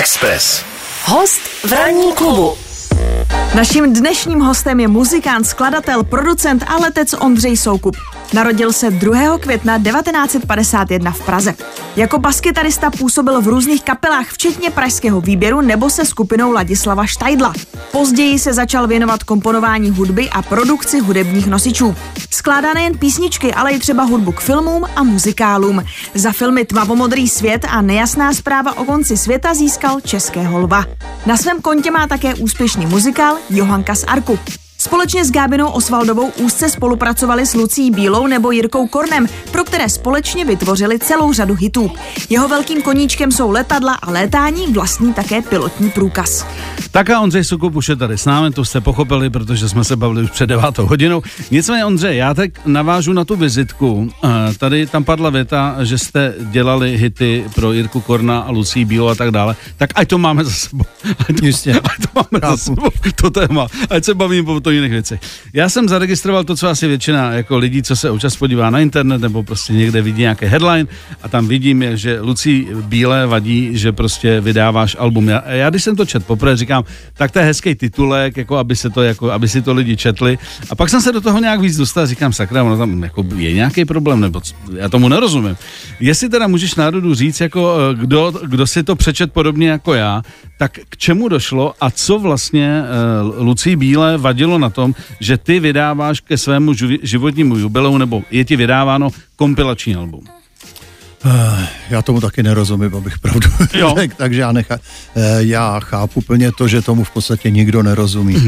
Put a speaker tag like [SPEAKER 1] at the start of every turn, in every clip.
[SPEAKER 1] Express.
[SPEAKER 2] Host v ranní klubu. Naším dnešním hostem je muzikant, skladatel, producent a letec Ondřej Soukup. Narodil se 2. května 1951 v Praze. Jako baskytarista působil v různých kapelách, včetně Pražského výběru nebo se skupinou Ladislava Štajdla. Později se začal věnovat komponování hudby a produkci hudebních nosičů. Skládá nejen písničky, ale i třeba hudbu k filmům a muzikálům. Za filmy Tmavomodrý svět a Nejasná zpráva o konci světa získal Českého lva. Na svém kontě má také úspěšný muzikál Johanka z Arku. Společně s Gábinou Osvaldovou úzce spolupracovali s Lucií Bílou nebo Jirkou Kornem, pro které společně vytvořili celou řadu hitů. Jeho velkým koníčkem jsou letadla a létání, vlastní také pilotní průkaz.
[SPEAKER 3] Tak a Ondřej Soukup už je tady s námi, to jste pochopili, protože jsme se bavili už před 9 hodinou. Nicméně, Ondřej, já teď navážu na tu vizitku. Tady tam padla věta, že jste dělali hity pro Jirku Korna a Lucii Bílou a tak dále. Tak ať to máme za sebou. Ať to máme za sebou, to téma. Ať se bavím po jiných věcech. Já jsem zaregistroval to, co asi většina jako lidí, co se občas podívá na internet nebo prostě někde vidí nějaký headline a tam vidím, že Lucii Bílé vadí, že prostě vydáváš album. Já když jsem to četl poprvé, říkám, tak to je hezký titulek, jako aby si to lidi četli. A pak jsem se do toho nějak víc dostal, říkám, sakra, ono tam jako je nějaký problém, nebo já tomu nerozumím. Jestli teda můžeš národu říct, jako kdo si to přečet podobně jako já, tak k čemu došlo a co vlastně Lucii Bílé vadilo na tom, že ty vydáváš ke svému životnímu jubileu, nebo je ti vydáváno kompilační album?
[SPEAKER 4] Já tomu taky nerozumím, abych pravdu řekl, takže já chápu plně to, že tomu v podstatě nikdo nerozumí.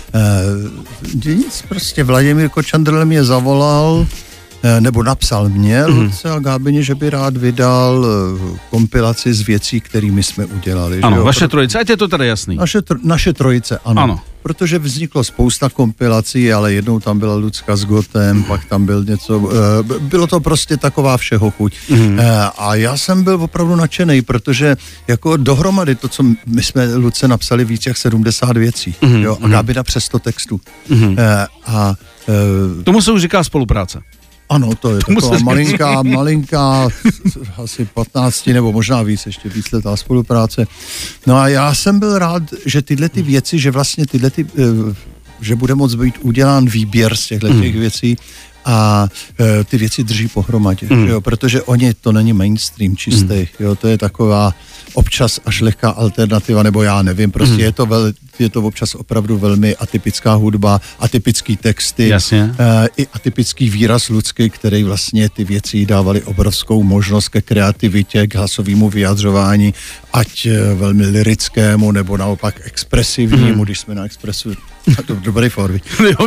[SPEAKER 4] Nic, prostě Vladimír Kočandrl mě zavolal, nebo napsal mě, Luce a Gábině, že by rád vydal kompilaci z věcí, kterými jsme udělali.
[SPEAKER 3] Ano, vaše trojice, ať je to tady jasný.
[SPEAKER 4] Naše trojice, ano. Protože vzniklo spousta kompilací, ale jednou tam byla Lucka s Gotem, pak tam byl něco, bylo to prostě taková všeho chuť. A já jsem byl opravdu nadšenej, protože jako dohromady to, co my jsme Luce napsali víc jak 70 věcí, jo, a Gábina přes 100 textů.
[SPEAKER 3] Tomu se už říká spolupráce.
[SPEAKER 4] Ano, to je taková malinká, asi 15 nebo možná víc letá spolupráce. No a já jsem byl rád, že tyhle ty věci, že vlastně že bude moct být udělán výběr z těchto těch věcí a ty věci drží pohromadě, jo, protože to není mainstream čistý, jo, to je taková občas až lehká alternativa, nebo já nevím, prostě je to občas opravdu velmi atypická hudba, atypický texty, i atypický výraz lidský, který vlastně ty věci dávali obrovskou možnost ke kreativitě, k hlasovému vyjadřování, ať velmi lyrickému, nebo naopak expresivnímu, když jsme na expresu v dobré formě.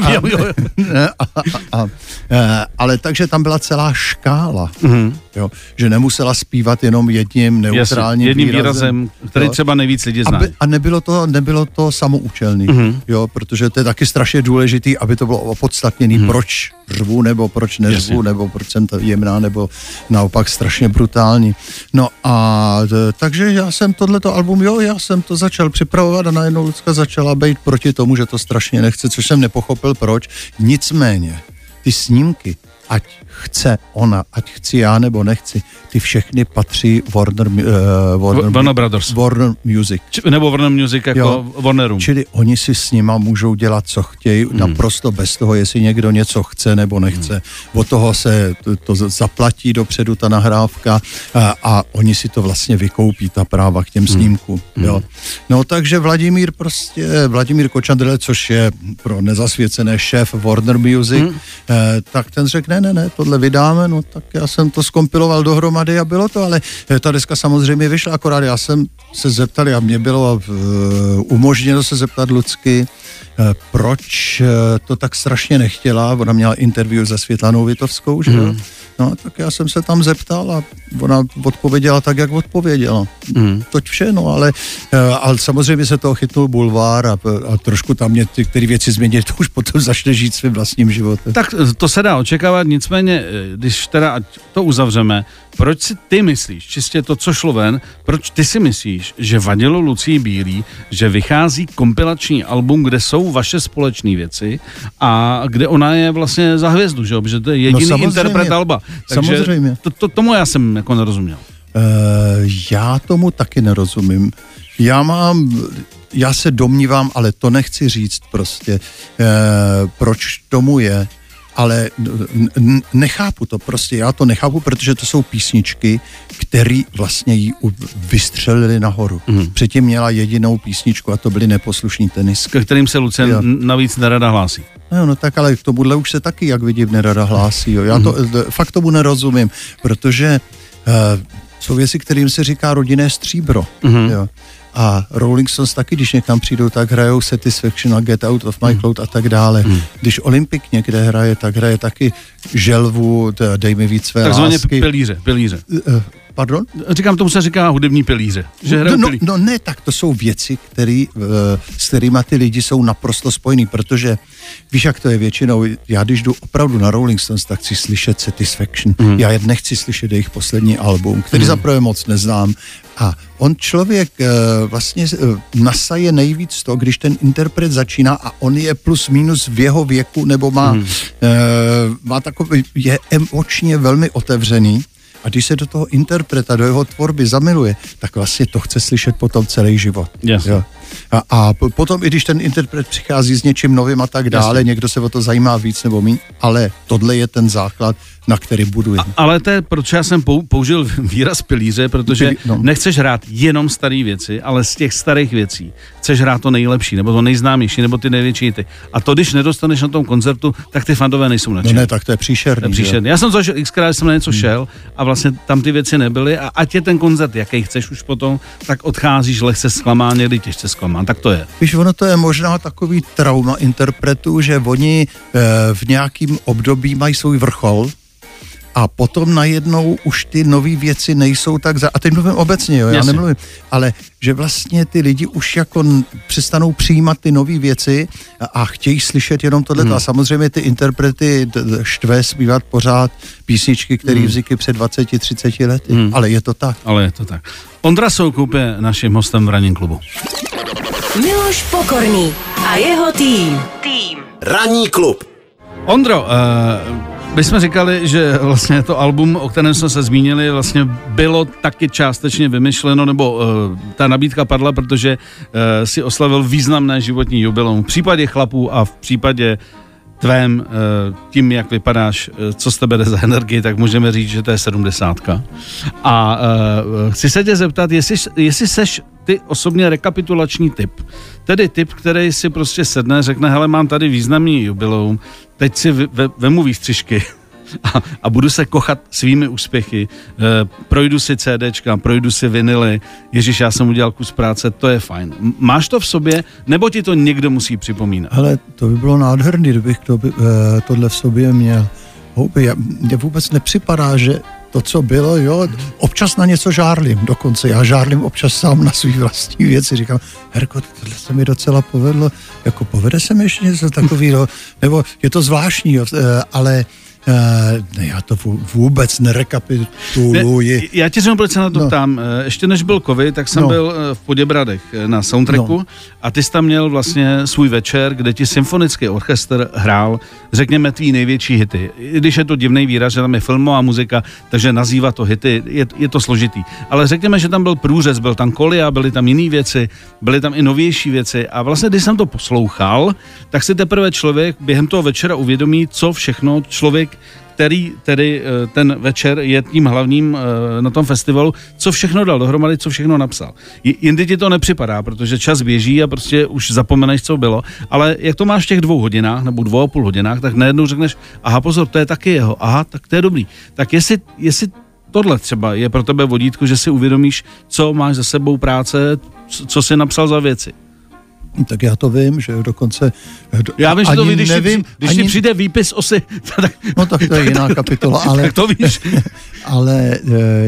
[SPEAKER 4] Ale takže tam byla celá škála, jo, že nemusela zpívat jenom jedním neutrálním
[SPEAKER 3] výrazem, který třeba nejvíc lidi zná.
[SPEAKER 4] A nebylo to samoučelný, jo, protože to je taky strašně důležitý, aby to bylo opodstatněný, proč řvu, nebo proč neřvu, nebo proč jsem jemná, nebo naopak strašně brutální. No a takže já jsem tohleto album, já jsem to začal připravovat a najednou Lucka začala být proti tomu, že to strašně nechce, což jsem nepochopil proč. Nicméně, ty snímky, ať chce ona, ať chci já nebo nechci, ty všechny patří Warner
[SPEAKER 3] Brothers.
[SPEAKER 4] Warner Music.
[SPEAKER 3] Nebo Warner Music jako Warnerům.
[SPEAKER 4] Čili oni si s nima můžou dělat, co chtějí, naprosto bez toho, jestli někdo něco chce nebo nechce. Od toho se to zaplatí dopředu ta nahrávka a oni si to vlastně vykoupí, ta práva k těm snímkům. Jo. No takže Vladimír Kočandrle, což je pro nezasvěcené šéf Warner Music, tak ten řekl, ne, tohle vydáme, no tak já jsem to zkompiloval dohromady a bylo to, ale ta deska samozřejmě vyšla, akorát já jsem se zeptal, a mě bylo umožněno se zeptat Lucky, proč to tak strašně nechtěla, ona měla interview se Světlanou Vitovskou, že jo? No, tak já jsem se tam zeptal a ona odpověděla tak, jak odpověděla. Toť vše, no, ale samozřejmě se toho chytnul bulvár a trošku tam mě ty věci změnily, to už potom začne žít svým vlastním životem.
[SPEAKER 3] Tak to se dá očekávat, nicméně, když teda ať to uzavřeme, proč si ty myslíš, čistě to, co šlo ven, proč ty si myslíš, že vadilo Lucii Bílý, že vychází kompilační album, kde jsou vaše společné věci a kde ona je vlastně za hvězdu, že jo? Protože to je jediný interpret alba. Takže
[SPEAKER 4] samozřejmě.
[SPEAKER 3] Tomu já jsem jako nerozuměl.
[SPEAKER 4] Já tomu taky nerozumím. Já se domnívám, ale to nechci říct prostě, proč tomu je, ale nechápu to prostě, já to nechápu, protože to jsou písničky, které vlastně jí vystřelili nahoru. Předtím měla jedinou písničku a to byly Neposlušní tenisky.
[SPEAKER 3] Ke kterým se Lucien navíc nerada hlásí.
[SPEAKER 4] No tak ale k tomuhle už se taky, jak vidím, nerada hlásí. Jo. Já fakt tomu nerozumím, protože jsou věci, kterým se říká rodinné stříbro. Jo. A Rolling Stones taky, když někam přijdou, tak hrajou Satisfaction a Get Out of My Cloud a tak dále. Když Olympic někde hraje, tak hraje taky Želvu, Dej mi víc své
[SPEAKER 3] takzvaně
[SPEAKER 4] lásky.
[SPEAKER 3] pilíře.
[SPEAKER 4] Pardon?
[SPEAKER 3] Říkám, tomu se říká hudební pilíře. Že
[SPEAKER 4] No ne, tak to jsou věci, s kterýma ty lidi jsou naprosto spojený, protože víš, jak to je většinou, já když jdu opravdu na Rolling Stones, tak chci slyšet Satisfaction. Já nechci slyšet jejich poslední album, který zaprvé moc neznám. A on člověk vlastně nasaje nejvíc to, když ten interpret začíná a on je plus minus v jeho věku, nebo má takový, je emočně velmi otevřený. A když se do toho interpreta, do jeho tvorby zamiluje, tak vlastně to chce slyšet potom celý život.
[SPEAKER 3] Yes.
[SPEAKER 4] Jo. A potom, i když ten interpret přichází s něčím novým a tak dále, někdo se o to zajímá víc nebo míň, ale tohle je ten základ, na který buduje.
[SPEAKER 3] Ale to je, proč já jsem použil výraz pilíře, protože nechceš hrát jenom staré věci, ale z těch starých věcí chceš hrát to nejlepší, nebo to nejznámější, nebo ty největší hity. A to, když nedostaneš na tom koncertu, tak ty fandové nejsou nadšení.
[SPEAKER 4] No ne, tak to je příšerný.
[SPEAKER 3] Já jsem zažil xkrát, jsem na něco šel a vlastně tam ty věci nebyly a ať je ten koncert, jaký chceš už potom, tak odcházíš lehce zklamán, někdy těžce zklamán. Tak to je.
[SPEAKER 4] Víš, ono to je možná takový trauma interpretů, že oni v nějakým období mají svůj vrchol a potom najednou už ty nový věci nejsou tak a teď mluvím obecně, jo, já nemluvím, ale že vlastně ty lidi už jako přestanou přijímat ty nový věci a chtějí slyšet jenom tohleto a samozřejmě ty interprety štve zpívat pořád písničky, které vznikly před 20-30 lety, ale je to tak.
[SPEAKER 3] Ondra Soukup je naším hostem v Ranním klubu.
[SPEAKER 1] Miloš Pokorný a jeho tým.
[SPEAKER 5] Ranní klub.
[SPEAKER 3] Ondro, my jsme říkali, že vlastně to album, o kterém jsme se zmínili, vlastně bylo taky částečně vymyšleno, nebo ta nabídka padla, protože si oslavil významné životní jubileum. V případě chlapů a v případě tvém, tím, jak vypadáš, co z tebe jde za energii, tak můžeme říct, že to je 70. A chci se tě zeptat, jestli seš ty osobně rekapitulační typ. Tedy typ, který si prostě sedne, řekne, hele, mám tady významný jubileum, teď si vemu výstřižky a budu se kochat svými úspěchy, projdu si CDčka, projdu si vinily, ježiš, já jsem udělal kus práce, to je fajn. Máš to v sobě, nebo ti to někdo musí připomínat?
[SPEAKER 4] Ale to by bylo nádherný, kdybych tohle v sobě měl. Mně vůbec nepřipadá, že to, co bylo, jo, občas na něco žárlím, dokonce já žárlím občas sám na svý vlastní věci, říkám, Herko, tohle se mi docela povedlo, jako povede se mi ještě něco takového, nebo je to zvláštní, jo, ale ne, já to vůbec nerekapituluji.
[SPEAKER 3] Já ti řeknu, proč se na to ptám. Ještě než byl covid, tak jsem byl v Poděbradech na soundtracku a ty jsi tam měl vlastně svůj večer, kde ti symfonický orchestr hrál, řekněme, tvý největší hity. I když je to divný výraz, že tam je filmová muzika, takže nazývat to hity, je to složitý. Ale řekněme, že tam byl průřez, byl tam Kolia, byly tam jiné věci, byly tam i novější věci a vlastně, když jsem to poslouchal, tak si teprve člověk během toho večera uvědomí, co všechno člověk, který tedy ten večer je tím hlavním na tom festivalu, co všechno dal dohromady, co všechno napsal. Jindy ti to nepřipadá, protože čas běží a prostě už zapomeneš, co bylo, ale jak to máš v těch 2 hodinách nebo 2,5 hodinách, tak najednou řekneš, aha, pozor, to je taky jeho, aha, tak to je dobrý. Tak jestli tohle třeba je pro tebe vodítko, že si uvědomíš, co máš za sebou práce, co jsi napsal za věci.
[SPEAKER 4] Tak já to vím, že dokonce...
[SPEAKER 3] Já vím, že to ví, když ti přijde výpis osy...
[SPEAKER 4] No tak to je jiná kapitola, ale...
[SPEAKER 3] Tak to víš.
[SPEAKER 4] Ale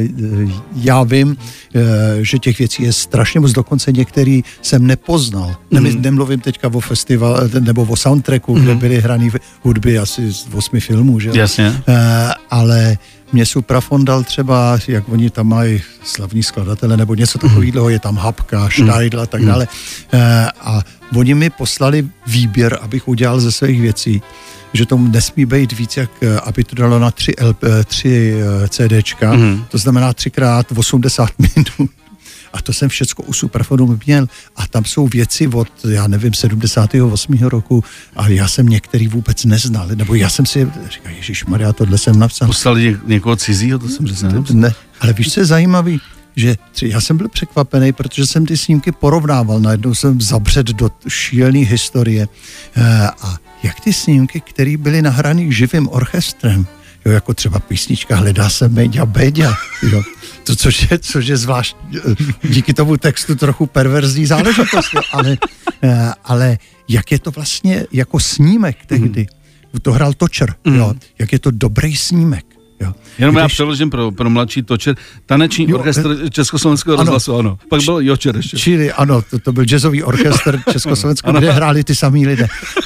[SPEAKER 4] já vím, že těch věcí je strašně moc, dokonce některý jsem nepoznal. Nemluvím teďka o festivalu, nebo o soundtracku, kde byly hraný hudby asi z 8 filmů, že?
[SPEAKER 3] Jasně.
[SPEAKER 4] Ale mě Supraphon dal třeba, jak oni tam mají slavní skladatele, nebo něco takového, je tam Hapka, Štajdl a tak dále. A oni mi poslali výběr, abych udělal ze svých věcí, že tomu nesmí být víc, jak aby to dalo na 3 CDčka, to znamená 3x80 minut. A to jsem všecko u Superfonu měl. A tam jsou věci od, já nevím, 78. roku a já jsem některý vůbec neznal. Nebo já jsem si říkal, ježišmarja, tohle jsem napsal.
[SPEAKER 3] Poslali někoho cizího, to jsem říkal.
[SPEAKER 4] Ne, ale víš, co je zajímavý? Že já jsem byl překvapený, protože jsem ty snímky porovnával. Najednou jsem zabřet do šílené historie. A jak ty snímky, které byly nahraný živým orchestrem, jo, jako třeba písnička Hledá se Méďa Béďa, jo, to, což je zvlášť díky tomu textu trochu perverzní záležitost, ale jak je to vlastně jako snímek tehdy, to hrál Točer, jo, jak je to dobrý snímek. Jo.
[SPEAKER 3] Jenom já přeložím pro mladší Točer, taneční orchestr Československého rozhlasu, ano. Pak byl Jočer ještě.
[SPEAKER 4] Čili ano, to byl jazzový orchestr Československého, kde hráli ty samý lidé.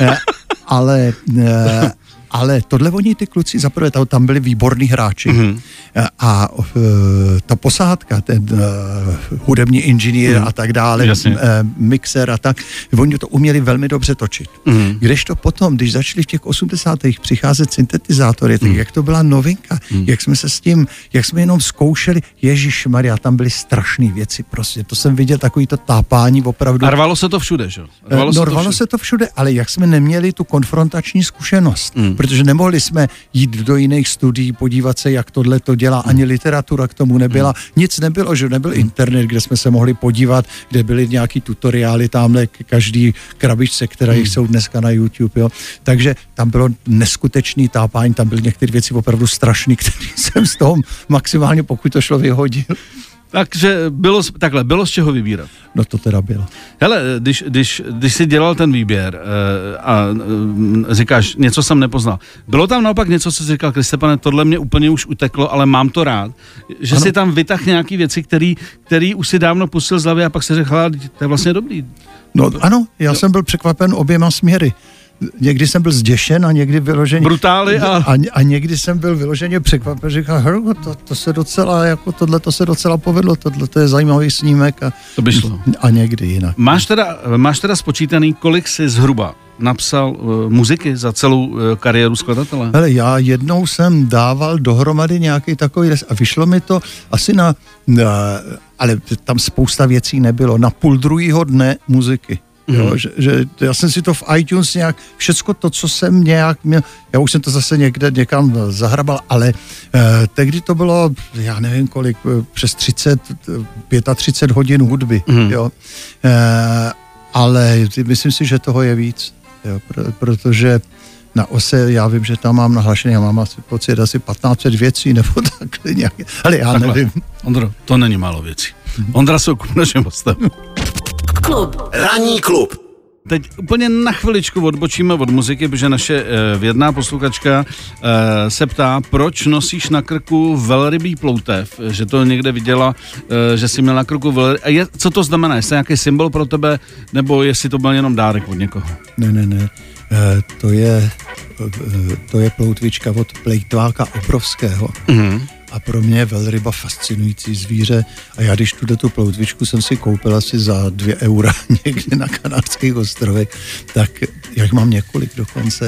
[SPEAKER 4] Ale tohle oni ty kluci, zaprvé tam byli výborní hráči a ta posádka, ten hudební inženýr a tak dále, mixer a tak, oni to uměli velmi dobře točit. Kdežto potom, když začali v těch 80. přicházet syntetizátory, tak jak to byla novinka, jak jsme se s tím, jak jsme jenom zkoušeli, ježišmarja, tam byly strašné věci prostě, to jsem viděl takový to tápání opravdu.
[SPEAKER 3] A rvalo se to všude, že?
[SPEAKER 4] Rvalo se to všude, ale jak jsme neměli tu konfrontační zkušenost, protože nemohli jsme jít do jiných studií, podívat se, jak tohle to dělá, ani literatura k tomu nebyla, nic nebylo, že nebyl internet, kde jsme se mohli podívat, kde byly nějaký tutoriály tamhle k každý krabičce, které jsou dneska na YouTube, jo. Takže tam bylo neskutečný tápání, tam byly některé věci opravdu strašný, které jsem z toho maximálně, pokud to šlo, vyhodil.
[SPEAKER 3] Takže bylo z čeho vybírat.
[SPEAKER 4] No to teda bylo.
[SPEAKER 3] Hele, když jsi dělal ten výběr a říkáš, něco jsem nepoznal, bylo tam naopak něco, co jsi říkal, Kriste, pane, tohle mě úplně už uteklo, ale mám to rád, že si tam vytáhl nějaký věci, který už si dávno pustil z hlavy a pak si řekl, to je vlastně dobrý.
[SPEAKER 4] No ano, já jsem byl překvapen oběma směry. Někdy jsem byl zděšen a někdy vyloženě...
[SPEAKER 3] Brutály
[SPEAKER 4] a někdy jsem byl vyloženě překvapen, říkal, to se docela, jako tohle se docela povedlo, tohle to je zajímavý snímek a...
[SPEAKER 3] To by šlo.
[SPEAKER 4] A někdy jinak.
[SPEAKER 3] Máš teda spočítaný, kolik jsi zhruba napsal muziky za celou kariéru skladatele?
[SPEAKER 4] Hele, já jednou jsem dával dohromady nějaký takový a vyšlo mi to asi ale tam spousta věcí nebylo, na 1,5 dne muziky. Jo, že já jsem si to v iTunes nějak, všecko to, co jsem nějak měl, já už jsem to zase někam zahrabal, ale tehdy to bylo, já nevím kolik, přes 35 hodin hudby, jo. Ale myslím si, že toho je víc, jo, protože na ose, já vím, že tam mám nahlašený, já mám asi pocit asi 1500 věcí, nebo takhle nějaké, ale já nevím.
[SPEAKER 3] Ondro, to není málo věcí. Ondra Soukup, naším hostem.
[SPEAKER 5] Ranní klub.
[SPEAKER 3] Teď úplně na chviličku odbočíme od muziky, protože naše věrná posluchačka se ptá, proč nosíš na krku velrybí ploutev, že to někde viděla, že jsi měl na krku velrybí. A co to znamená? Jestli nějaký symbol pro tebe, nebo jestli to byl jenom dárek od někoho?
[SPEAKER 4] Ne. To je ploutvička od plejtváka obrovského. A pro mě je velryba fascinující zvíře a já když tu ploutvičku jsem si koupil asi za 2 eura někde na Kanárských ostrovech, tak jak mám několik dokonce,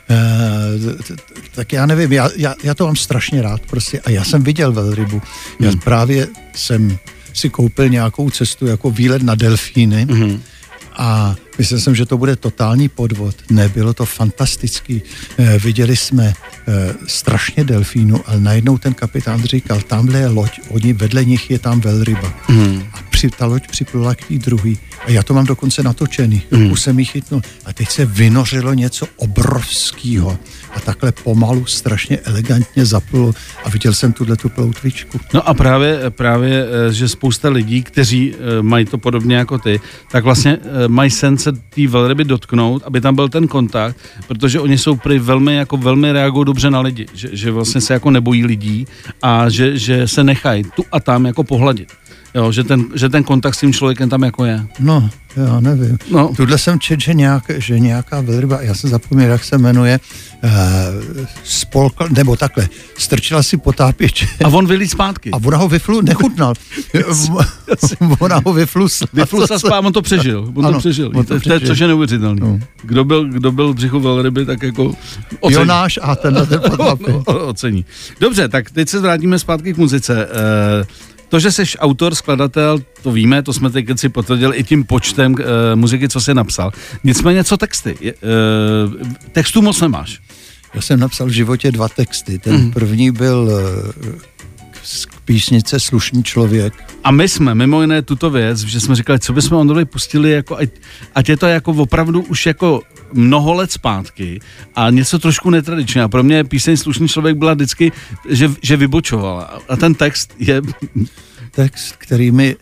[SPEAKER 4] tak já nevím, já to mám strašně rád prostě a já jsem viděl velrybu. Já právě jsem si koupil nějakou cestu jako výlet na delfíny a myslel jsem, že to bude totální podvod. Nebylo to fantastický. Viděli jsme strašně delfínů, ale najednou ten kapitán říkal, tamhle je loď, vedle nich je tam velryba. A ta loď připlula k té druhý. A já to mám dokonce natočený. Už jsem ji chytnul. A teď se vynořilo něco obrovského. A takhle pomalu, strašně elegantně zaplulo. A viděl jsem tu ploutvičku.
[SPEAKER 3] No a právě, že spousta lidí, kteří mají to podobně jako ty, tak vlastně mají sen se té velryby dotknout, aby tam byl ten kontakt, protože oni jsou velmi reagují dobře na lidi, že vlastně se jako nebojí lidí a že se nechají tu a tam jako pohladit. Jo, že ten kontakt s tím člověkem tam jako je.
[SPEAKER 4] No, já nevím. No. Tudle jsem čet, že nějaká velryba, já jsem zapomněl, jak se jmenuje, spolkla, nebo takhle, strčila si potápěče.
[SPEAKER 3] A on vylít zpátky.
[SPEAKER 4] A ona ho nechutnal. Ona ho vyflusla.
[SPEAKER 3] Vyflusla zpátky, on to přežil. Což je neuvěřitelný. No. Kdo byl v břichu velryby, tak jako ocení.
[SPEAKER 4] Jonáš a ten potápěč.
[SPEAKER 3] Ocení. Dobře, tak teď se vrátíme zpátky k muzice. to, že jsi autor, skladatel, to víme, to jsme teď si potvrdili i tím počtem muziky, co jsi napsal. Nicméně, co texty? Textů moc nemáš.
[SPEAKER 4] Já jsem napsal v životě 2 texty. Ten první byl k písnice Slušný člověk.
[SPEAKER 3] A my jsme mimo jiné tuto věc, že jsme říkali, co bychom Ondrovi pustili, jako, ať je to jako opravdu už jako mnoho let zpátky a něco trošku netradičné. A pro mě píseň Slušný člověk byla vždycky, že vybočovala. A ten text je...
[SPEAKER 4] Text, který mi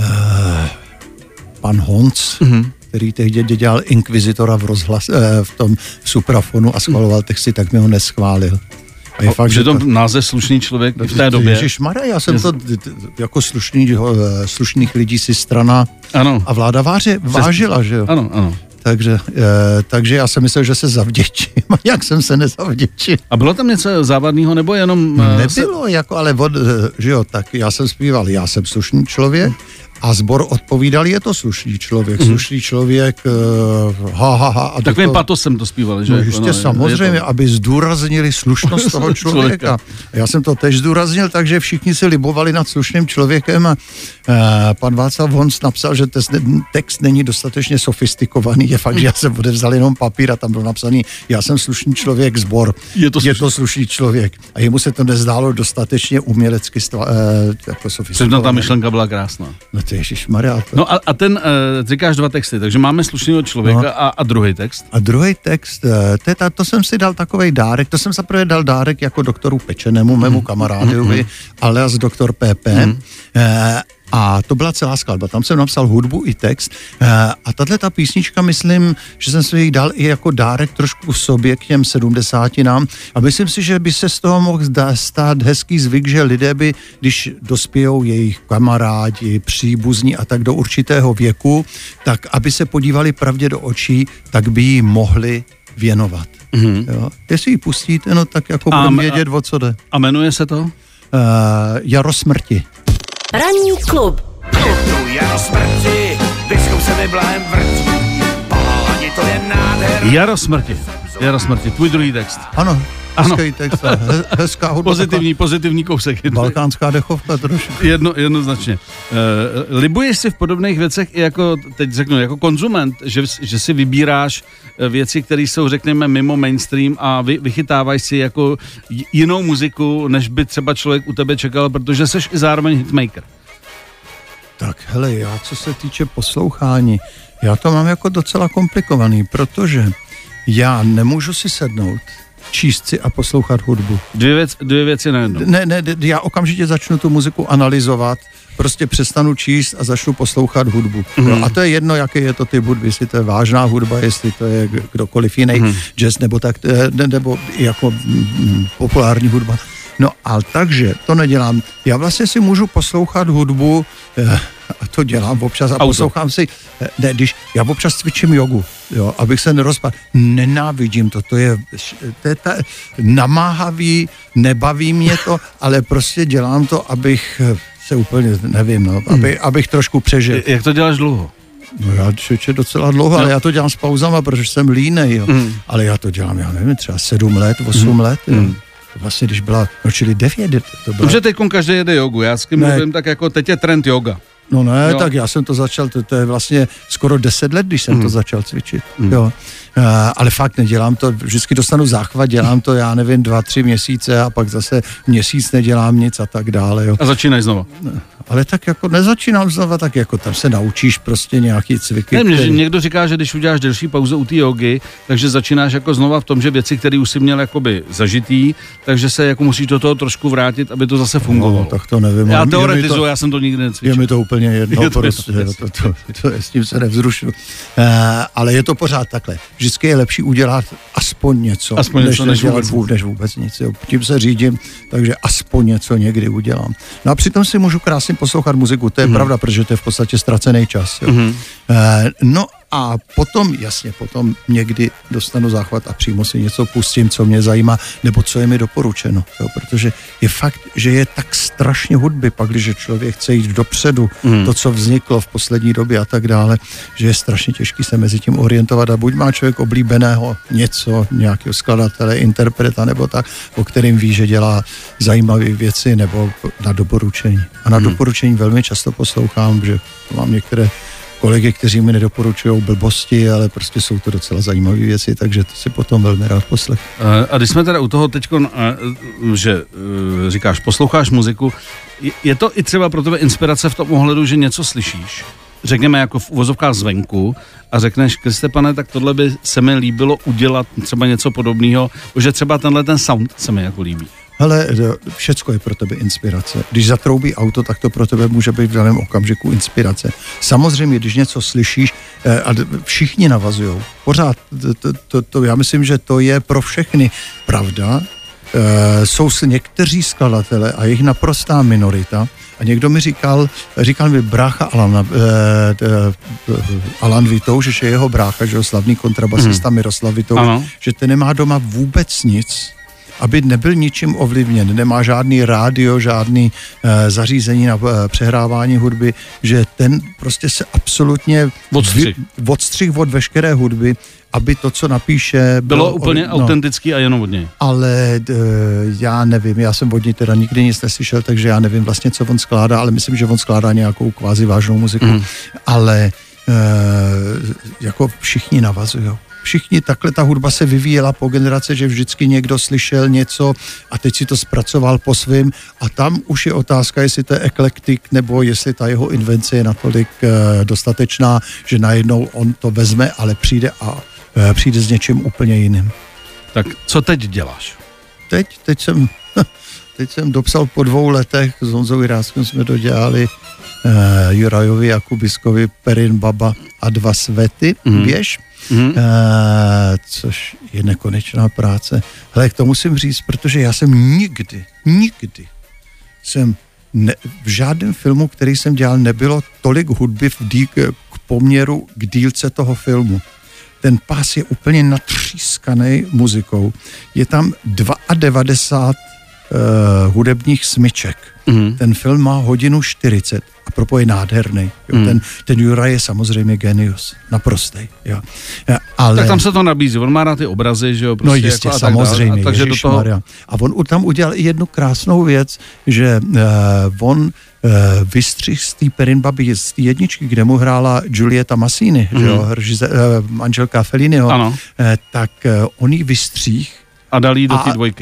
[SPEAKER 4] pan Honc, který tehdy dělal inkvizitora v Suprafonu a schvaloval texty, tak mi ho neschválil. A je fakt,
[SPEAKER 3] že to název Slušný člověk v té době.
[SPEAKER 4] Ježišmarja, já jsem to jako slušných lidí si strana a vláda vážila, že jo?
[SPEAKER 3] Ano.
[SPEAKER 4] Takže já jsem myslel, že se zavděčím, a jak jsem se nezavděčil.
[SPEAKER 3] A bylo tam něco závadného, nebo jenom...
[SPEAKER 4] Nebylo, že jo, tak já jsem zpíval, já jsem slušný člověk, a sbor odpovídal, je to slušný člověk, slušný člověk, a
[SPEAKER 3] takovým patosem to zpívali, že?
[SPEAKER 4] No ještě samozřejmě, aby zdůraznili slušnost toho člověka. Já jsem to tež zdůraznil, takže všichni si libovali nad slušným člověkem a pan Václav Honc napsal, že text není dostatečně sofistikovaný, je fakt, že já jsem odevzal jenom papír a tam byl napsaný, já jsem slušný člověk, sbor, je to slušný člověk. A jemu se to nezdálo dostatečně umělecky jako sofistikované.
[SPEAKER 3] Ta myšlenka byla krásná.
[SPEAKER 4] No to ježišmarja.
[SPEAKER 3] No a ten, říkáš 2 texty, takže máme Slušného člověka a druhý text.
[SPEAKER 4] A druhý text, to jsem si dal takovej dárek, to jsem zaprvé dal dárek jako doktoru Pečenému, mému kamarádovi, alias doktor PP. A to byla celá skladba, tam jsem napsal hudbu i text a tato písnička, myslím, že jsem si ji dal i jako dárek trošku sobě k těm 70 a myslím si, že by se z toho mohl stát hezký zvyk, že lidé by, když dospějou jejich kamarádi, příbuzní a tak do určitého věku, tak aby se podívali pravdě do očí, tak by ji mohli věnovat. Jo? Jestli ji pustíte, no tak jako budeme vědět, o co jde.
[SPEAKER 3] A jmenuje se to?
[SPEAKER 4] Jaro smrti.
[SPEAKER 1] Ranní klub.
[SPEAKER 5] Jaro smrti, diskou se mi blahem vrtí, pálani to je nádherný.
[SPEAKER 3] Jaro smrti, tvůj druhý text.
[SPEAKER 4] Ano. Hezký text, hezká hudba.
[SPEAKER 3] Pozitivní kousek.
[SPEAKER 4] Balkánská dechovka trošku.
[SPEAKER 3] Jednoznačně. Libuješ si v podobných věcech i jako, teď řeknu, jako konzument, že si vybíráš věci, které jsou, řekněme, mimo mainstream a vychytávaš si jako jinou muziku, než by třeba člověk u tebe čekal, protože seš i zároveň hitmaker.
[SPEAKER 4] Tak hele, já co se týče poslouchání, já to mám jako docela komplikovaný, protože já nemůžu si sednout, číst si a poslouchat hudbu.
[SPEAKER 3] Dvě věci najednou.
[SPEAKER 4] Ne, já okamžitě začnu tu muziku analyzovat, prostě přestanu číst a začnu poslouchat hudbu. No, a to je jedno, jaký je to typ hudby, jestli to je vážná hudba, jestli to je kdokoliv jiný, jazz nebo jako populární hudba. No a takže to nedělám. Já vlastně si můžu poslouchat hudbu, a to dělám občas a poslouchám si, když já občas cvičím jogu, jo, abych se nerozpadl. Nenávidím to, to je namáhavý, nebaví mě to, ale prostě dělám to, abych se úplně, nevím, abych trošku přežil.
[SPEAKER 3] Jak to děláš dlouho?
[SPEAKER 4] No já docela dlouho, ale já to dělám s pauzama, protože jsem línej, jo. Ale já to dělám, já nevím, třeba 7 let, 8 let, jo. Vlastně, když byla, čili 9, to byla...
[SPEAKER 3] Dobře, teď každý jede jogu, já s kým mluvím, tak jako teď je trend yoga.
[SPEAKER 4] No ne, jo. Tak já jsem to začal, to je vlastně skoro 10 let, když jsem to začal cvičit, jo. Ale fakt nedělám to, vždycky dostanu záchvat, dělám to, já nevím, 2-3 měsíce a pak zase měsíc nedělám nic a tak dále, jo.
[SPEAKER 3] A začínají znova.
[SPEAKER 4] Ale tak jako nezačínám znova, tak jako tam se naučíš prostě nějaký cviky.
[SPEAKER 3] Ne, někdo říká, že když uděláš delší pauzu u té jogy, takže začínáš jako znova v tom, že věci, které už si měl jakoby zažitý, takže se jako musíš do toho trošku vrátit, aby to zase fungovalo.
[SPEAKER 4] No, tak to nevím.
[SPEAKER 3] Já teoretizuju, já jsem to nikdy necvičil.
[SPEAKER 4] Je mi to úplně jedno, prostě, to je, s tím se nevzrušu. Ale je to pořád takhle. Vždycky je lepší udělat aspoň něco, než vůbec nic. Jo. Tím se řídím, takže aspoň něco někdy udělám. No a přitom si můžu krásně poslouchat muziku, to je pravda, protože to je v podstatě ztracený čas. Jo. No A potom někdy dostanu záchvat a přímo si něco pustím, co mě zajímá, nebo co je mi doporučeno. Jo? Protože je fakt, že je tak strašně hudby, pak když člověk chce jít dopředu, to, co vzniklo v poslední době a tak dále, že je strašně těžký se mezi tím orientovat a buď má člověk oblíbeného něco, nějakého skladatele, interpreta nebo tak, o kterým ví, že dělá zajímavé věci, nebo na doporučení. A na doporučení velmi často poslouchám, že mám některé kolegy, kteří mi nedoporučují blbosti, ale prostě jsou to docela zajímavé věci, takže to si potom velmi rád poslech.
[SPEAKER 3] A když jsme teda u toho teďko, že říkáš, posloucháš muziku, je to i třeba pro tebe inspirace v tom ohledu, že něco slyšíš, řekněme jako v uvozovkách zvenku a řekneš, Kriste pane, tak tohle by se mi líbilo udělat třeba něco podobného, že třeba tenhle ten sound se mi jako líbí.
[SPEAKER 4] Hele, všecko je pro tebe inspirace. Když zatroubí auto, tak to pro tebe může být v daném okamžiku inspirace. Samozřejmě, když něco slyšíš, a všichni navazujou. Pořád, já myslím, že to je pro všechny pravda. Jsou někteří skladatelé a jejich naprostá minorita. A někdo mi říkal mi brácha Alan Vitouš, že je jeho brácha, že je slavný kontrabasista Miroslav Vitouš, že ten nemá doma vůbec nic, aby nebyl ničím ovlivněn, nemá žádný rádio, žádný zařízení na přehrávání hudby, že ten prostě se absolutně odstřih od veškeré hudby, aby to, co napíše...
[SPEAKER 3] Bylo úplně autentický a jenom od něj.
[SPEAKER 4] Ale já nevím, já jsem od něj teda nikdy nic neslyšel, takže já nevím vlastně, co on skládá, ale myslím, že on skládá nějakou kvázi vážnou muziku, ale jako všichni navazujou. Všichni, takhle ta hudba se vyvíjela po generace, že vždycky někdo slyšel něco a teď si to zpracoval po svým a tam už je otázka, jestli to je eklektik nebo jestli ta jeho invence je natolik dostatečná, že najednou on to vezme, ale přijde s něčím úplně jiným.
[SPEAKER 3] Tak co teď děláš?
[SPEAKER 4] Teď jsem dopsal po 2 letech, s Honzou Jiráskem jsme dodělali Jurajovi Jakubiskovi Perin Baba a 2 svety, běž. Což je nekonečná práce. Hele, to musím říct, protože já jsem nikdy v žádném filmu, který jsem dělal, nebylo tolik hudby k poměru k dílce toho filmu. Ten pás je úplně natřískaný muzikou. Je tam 92 hudebních smyček. Ten film má 1:40 a propo je nádherný. Jo. Ten Juraj je samozřejmě genius. Naprostej. Jo. Ale... Tak
[SPEAKER 3] tam se to nabízí. On má rád ty obrazy, že jo? Prostě
[SPEAKER 4] no jistě, jako samozřejmě.
[SPEAKER 3] Takže do toho...
[SPEAKER 4] A on tam udělal i jednu krásnou věc, že on vystřih z té Perin Baby, z té jedničky, kde mu hrála Giulietta Massini, že jo, manželka Felliniho, tak on jí vystřih
[SPEAKER 3] a dal jí do té 2.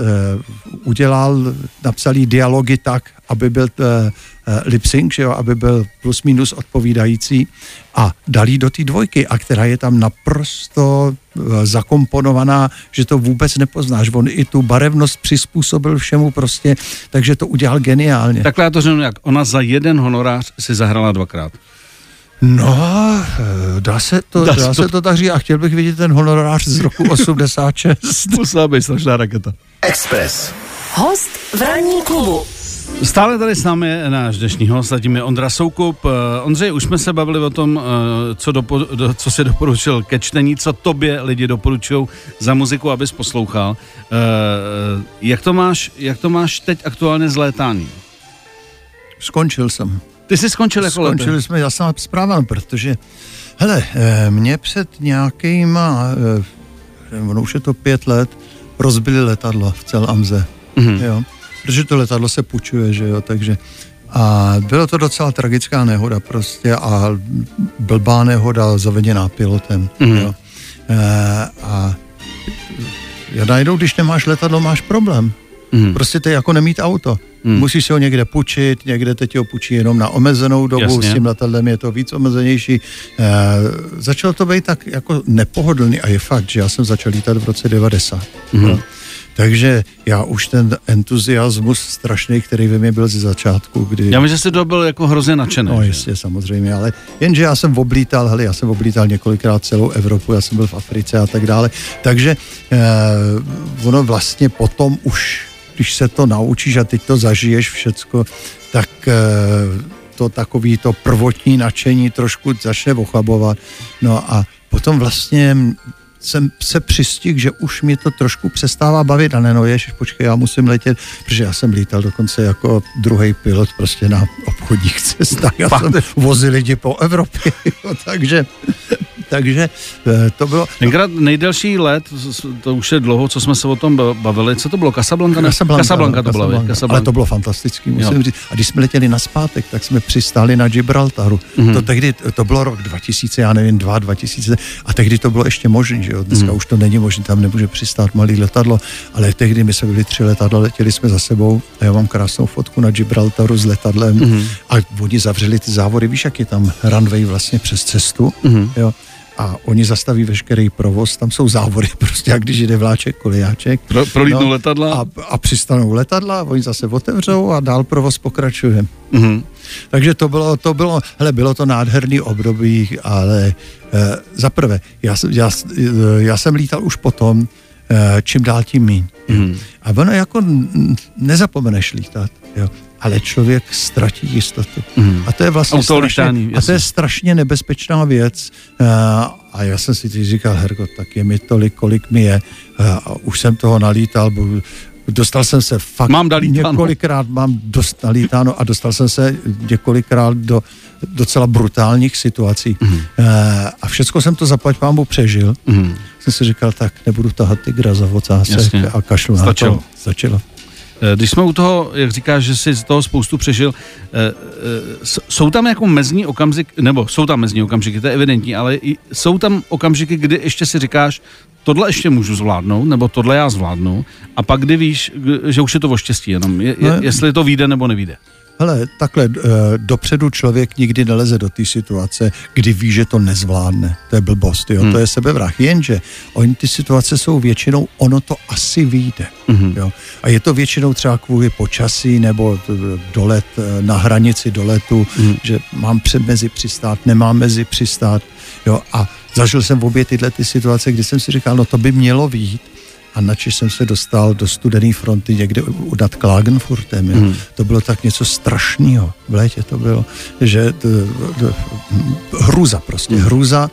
[SPEAKER 4] Napsal jí dialogy tak, aby byl lip sync, že jo, aby byl plus minus odpovídající a dal jí do té 2, a která je tam naprosto zakomponovaná, že to vůbec nepoznáš. On i tu barevnost přizpůsobil všemu prostě, takže to udělal geniálně.
[SPEAKER 3] Takhle já to řeknu, jak ona za jeden honorář si zahrala 2krát.
[SPEAKER 4] No, dá se to tak říct a chtěl bych vidět ten honorář z roku 86.
[SPEAKER 3] Musela být strašná raketa.
[SPEAKER 1] Express. Host v ranní klubu.
[SPEAKER 3] Stále tady s námi je náš dnešní host, a tím je Ondra Soukup. Ondřej, už jsme se bavili o tom, co si doporučil ke čtení, co tobě lidi doporučují za muziku, abys poslouchal. Jak to máš teď aktuálně s létáním?
[SPEAKER 4] Skončil jsem.
[SPEAKER 3] Ty jsi skončil jako letem?
[SPEAKER 4] Skončili jsme, já jsem zprávám, protože hele, mě před nějakýma, ono už je to 5 let, rozbili letadlo v Celamze, jo, protože to letadlo se půjčuje, že jo, takže a bylo to docela tragická nehoda prostě a blbá nehoda zavedená pilotem, jo. A najednou, když nemáš letadlo, máš problém. Prostě to je jako nemít auto. Musíš si ho někde půjčit, někde teď ho půjčí jenom na omezenou dobu, jasně. S tím letadlem je to víc omezenější. Začalo to být tak jako nepohodlný a je fakt, že já jsem začal lítat v roce 90. Takže já už ten entuziasmus strašný, který ve mně byl ze začátku, kdy...
[SPEAKER 3] Já myslím, že jsi to byl jako hrozně nadšený.
[SPEAKER 4] No jistě, samozřejmě, ale jenže já jsem oblítal několikrát celou Evropu, já jsem byl v Africe a tak dále, takže ono vlastně potom už, když se to naučíš a teď to zažiješ všecko, tak to takový to prvotní nadšení trošku začne ochabovat. No a potom vlastně jsem se přistihl, že už mě to trošku přestává bavit a no ježiš, počkej, já musím letět, protože já jsem lítal dokonce jako druhý pilot prostě na obchodních cestách. Já jsem vozil lidi po Evropě, takže to bylo...
[SPEAKER 3] Tenkrát nejdelší let, to už je dlouho, co jsme se o tom bavili, co to bylo? Casablanca to byla.
[SPEAKER 4] Ale to bylo fantastický, musím říct. A když jsme letěli nazpátek, tak jsme přistáli na Gibraltaru. To tehdy, to bylo rok 2000, já nevím, 2000, a tehdy to bylo ještě možné, že jo? Dneska už to není možné, tam nemůže přistát malý letadlo, ale tehdy my jsme byli 3 letadla, letěli jsme za sebou a já mám krásnou fotku na Gibraltaru s letadlem a oni zavřeli ty závody, víš, jak je tam runway vlastně přes cestu, jo? A oni zastaví veškerý provoz, tam jsou závody prostě, jak když jde vláček, koliáček.
[SPEAKER 3] Prolítnou letadla.
[SPEAKER 4] A přistanou letadla, oni zase otevřou a dál provoz pokračuje. Takže bylo to nádherný období, ale zaprvé, já jsem lítal už potom, čím dál tím míň. A ono jako nezapomeneš lítat, jo. Ale člověk ztratí jistotu. A to je vlastně strašně nebezpečná věc. A já jsem si teď říkal, Herko, tak je mi tolik, kolik mi je. A už jsem toho nalítal, dostal jsem se fakt několikrát, mám dost nalítáno a dostal jsem se několikrát do docela brutálních situací. A všecko jsem to zaplať pámu přežil. Jsem si říkal, tak nebudu tahat tygra za ocásek a kašlu na to. Stačilo.
[SPEAKER 3] Když jsme u toho, jak říkáš, že jsi z toho spoustu přežil, jsou tam jako mezní okamžiky, nebo jsou tam mezní okamžiky, to je evidentní, ale jsou tam okamžiky, kdy ještě si říkáš, tohle ještě můžu zvládnout, nebo tohle já zvládnu, a pak kdy víš, že už je to o štěstí jenom, jestli to vyjde nebo nevyjde.
[SPEAKER 4] Hele, takhle dopředu člověk nikdy neleze do té situace, kdy ví, že to nezvládne. To je blbost, jo? To je sebevrah. Jenže oni ty situace jsou většinou, ono to asi vyjde. Jo? A je to většinou třeba kvůli počasí nebo dolet na hranici doletu, že mám mezi přistát, nemám mezi přistát. Jo? A zažil jsem v obě tyhle ty situace, kdy jsem si říkal, no to by mělo vyjít. A načež jsem se dostal do studené fronty někde nad Klagenfurtem. Jo. To bylo tak něco strašného. V létě to bylo, že hruza prostě, hruza,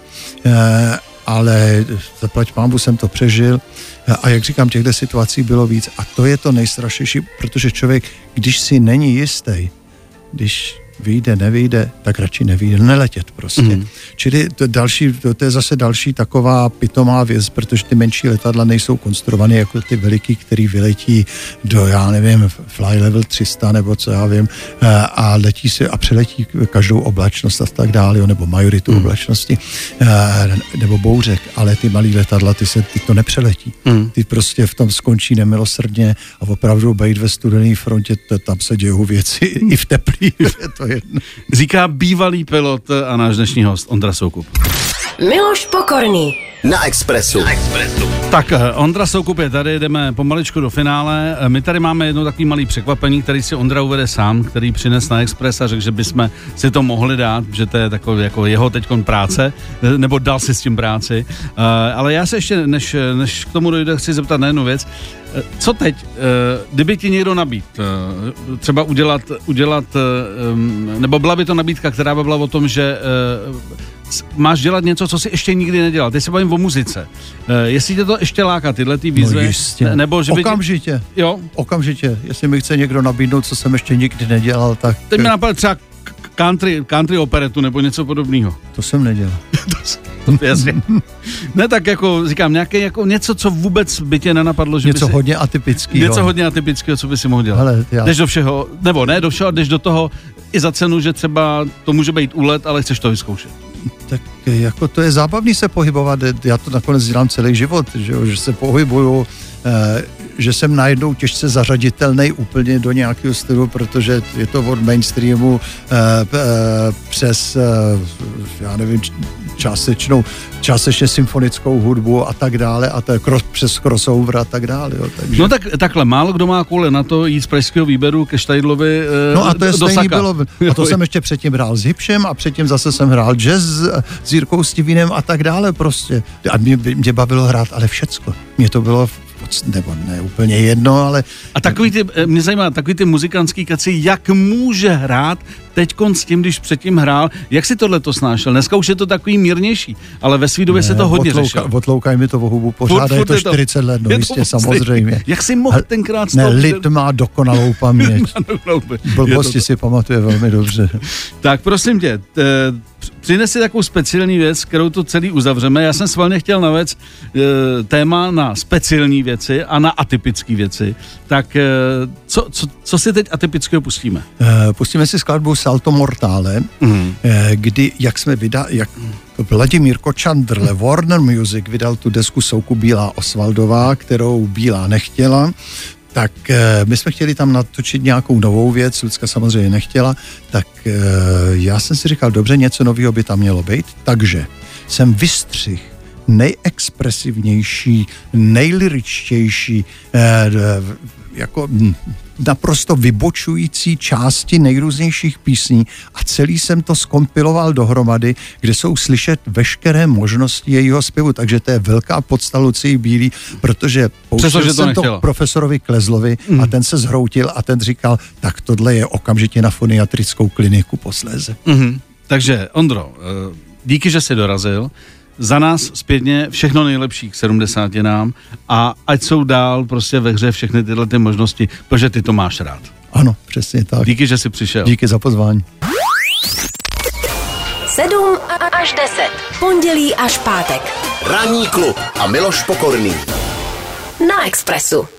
[SPEAKER 4] ale zaplať pánbu jsem to přežil a jak říkám, těchto situací bylo víc a to je to nejstrašnější, protože člověk, když si není jistý, když vyjde, nevyjde, tak radši nevyjde, neletět prostě. Čili to je zase další taková pitomá věc, protože ty menší letadla nejsou konstruované jako ty veliký, který vyletí do, já nevím, fly level 300 nebo co já vím, a letí si a přeletí každou oblačnost a tak dále, nebo majoritu oblačnosti, nebo bouřek, ale ty malý letadla, ty to nepřeletí. Ty prostě v tom skončí nemilosrdně a opravdu bejt ve studené frontě, tam se dějou věci i v teplý, to jedno.
[SPEAKER 3] Říká bývalý pilot a náš dnešní host Ondra Soukup.
[SPEAKER 1] Miloš Pokorný na Expressu.
[SPEAKER 3] Tak, Ondra Soukup je tady, jdeme pomaličku do finále. My tady máme jedno takový malý překvapení, který si Ondra uvede sám, který přines na Express a řekl, že bychom si to mohli dát, že to je takový jako jeho teďkon práce, nebo dal si s tím práci. Ale já se ještě, než k tomu dojde, chci zeptat na jednu věc. Co teď, kdyby ti někdo nabít, třeba udělat, nebo byla by to nabídka, která by byla o tom, že máš dělat něco, co jsi ještě nikdy nedělal. Teď se bavím o muzice. Jestli tě to ještě láká, tyhle ty výzvy?
[SPEAKER 4] No jistě.
[SPEAKER 3] Nebo že by
[SPEAKER 4] okamžitě.
[SPEAKER 3] Jo?
[SPEAKER 4] Okamžitě. Jestli mi chce někdo nabídnout, co jsem ještě nikdy nedělal, tak...
[SPEAKER 3] Teď mi napadá třeba country operetu nebo něco podobného.
[SPEAKER 4] To jsem nedělal.
[SPEAKER 3] To jasně. Ne, tak jako říkám, nějaké jako něco, co vůbec by tě nenapadlo, že
[SPEAKER 4] něco
[SPEAKER 3] by si...
[SPEAKER 4] hodně atypického.
[SPEAKER 3] Něco hodně atypického, co by si mohl dělat.
[SPEAKER 4] Hele,
[SPEAKER 3] jdeš do všeho, nebo ne do všeho, jdeš do toho i za cenu, že třeba to může být úlet, ale chceš to vyzkoušet.
[SPEAKER 4] Tak jako to je zábavný se pohybovat, já to nakonec dělám celý život, že se pohybuju, že jsem najednou těžce zařaditelný úplně do nějakého stylu, protože je to od mainstreamu přes, já nevím, částečně symfonickou hudbu a tak dále a to je přes crossover a tak dále. Jo, takže...
[SPEAKER 3] No tak takhle, málo kdo má kvůli na to jít z pražského výběru ke Štajdlovi
[SPEAKER 4] no a to je
[SPEAKER 3] do Saka.
[SPEAKER 4] Bylo, a to jsem ještě předtím hrál s Hipšem a předtím zase jsem hrál jazz s Jirkou Stivínem a tak dále prostě. A mě bavilo hrát ale všecko. Mě to bylo nebo ne úplně jedno, ale...
[SPEAKER 3] A mě zajímá, takový ty muzikantský kaci, jak může hrát teďkon s tím, když předtím hrál, jak si tohleto snášel? Dneska už je to takový mírnější, ale ve svý době se to hodně řešilo.
[SPEAKER 4] Odloukaj mi to o hubu, pořád je to 40 let, no jistě, samozřejmě.
[SPEAKER 3] Jak si mohl tenkrát...
[SPEAKER 4] Ne, lid má dokonalou paměť. Blbosti si pamatuje velmi dobře.
[SPEAKER 3] Tak prosím tě, přines si takovou speciální věc, kterou to celý uzavřeme. Já jsem svalně chtěl navést téma na speciální věci a na atypické věci. Tak co si teď atypického pustíme?
[SPEAKER 4] Pustíme si skladbu Salto Mortale, kdy, jak Vladimír Kočandrle, Warner Music vydal tu desku Soukup Bílá Osvaldová, kterou Bílá nechtěla. Tak my jsme chtěli tam natočit nějakou novou věc, Lucka samozřejmě nechtěla, tak já jsem si říkal, dobře, něco nového by tam mělo být, takže jsem vystřihl nejexpresivnější, nejlyričtější, jako naprosto vybočující části nejrůznějších písní a celý jsem to zkompiloval dohromady, kde jsou slyšet veškeré možnosti jejího zpěvu, takže to je velká podsta Lucii Bílý, protože pouštěl jsem to profesorovi Klezlovi a ten se zhroutil a ten říkal, tak tohle je okamžitě na foniatrickou kliniku posléze.
[SPEAKER 3] Takže Ondro, díky, že jsi dorazil. Za nás zpětně všechno nejlepší k 70 a ať jsou dál prostě ve hře všechny tyhle ty možnosti, protože ty to máš rád.
[SPEAKER 4] Ano, přesně tak.
[SPEAKER 3] Díky, že jsi přišel.
[SPEAKER 4] Díky za pozvání.
[SPEAKER 1] 7 až 10. Pondělí až pátek. Ranní klub a Miloš Pokorný. Na Expressu.